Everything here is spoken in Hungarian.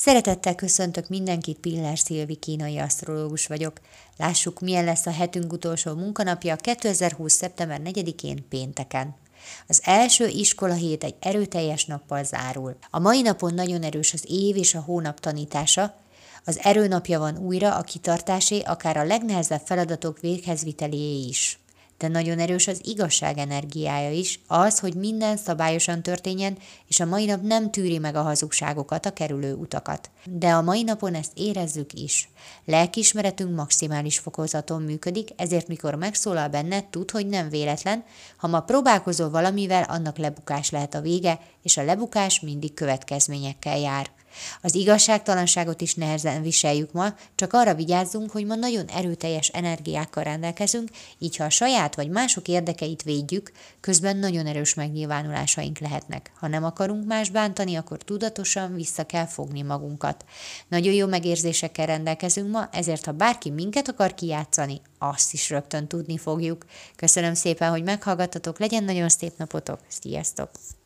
Szeretettel köszöntök mindenkit, Piller Szilvi kínai asztrológus vagyok. Lássuk, milyen lesz a hetünk utolsó munkanapja 2020. szeptember 4-én pénteken. Az első iskolahét egy erőteljes nappal zárul. A mai napon nagyon erős az év és a hónap tanítása. Az erőnapja van újra, a kitartásé, akár a legnehezebb feladatok véghezviteléé is. De nagyon erős az igazság energiája is, az, hogy minden szabályosan történjen, és a mai nap nem tűri meg a hazugságokat, a kerülő utakat. De a mai napon ezt érezzük is. Lelkiismeretünk maximális fokozaton működik, ezért mikor megszólal benned, tudd, hogy nem véletlen, ha ma próbálkozol valamivel, annak lebukás lehet a vége, és a lebukás mindig következményekkel jár. Az igazságtalanságot is nehezen viseljük ma, csak arra vigyázzunk, hogy ma nagyon erőteljes energiákkal rendelkezünk, így ha a saját vagy mások érdekeit védjük, közben nagyon erős megnyilvánulásaink lehetnek. Ha nem akarunk más bántani, akkor tudatosan vissza kell fogni magunkat. Nagyon jó megérzésekkel rendelkezünk ma, ezért ha bárki minket akar kijátszani, azt is rögtön tudni fogjuk. Köszönöm szépen, hogy meghallgattatok, legyen nagyon szép napotok, sziasztok!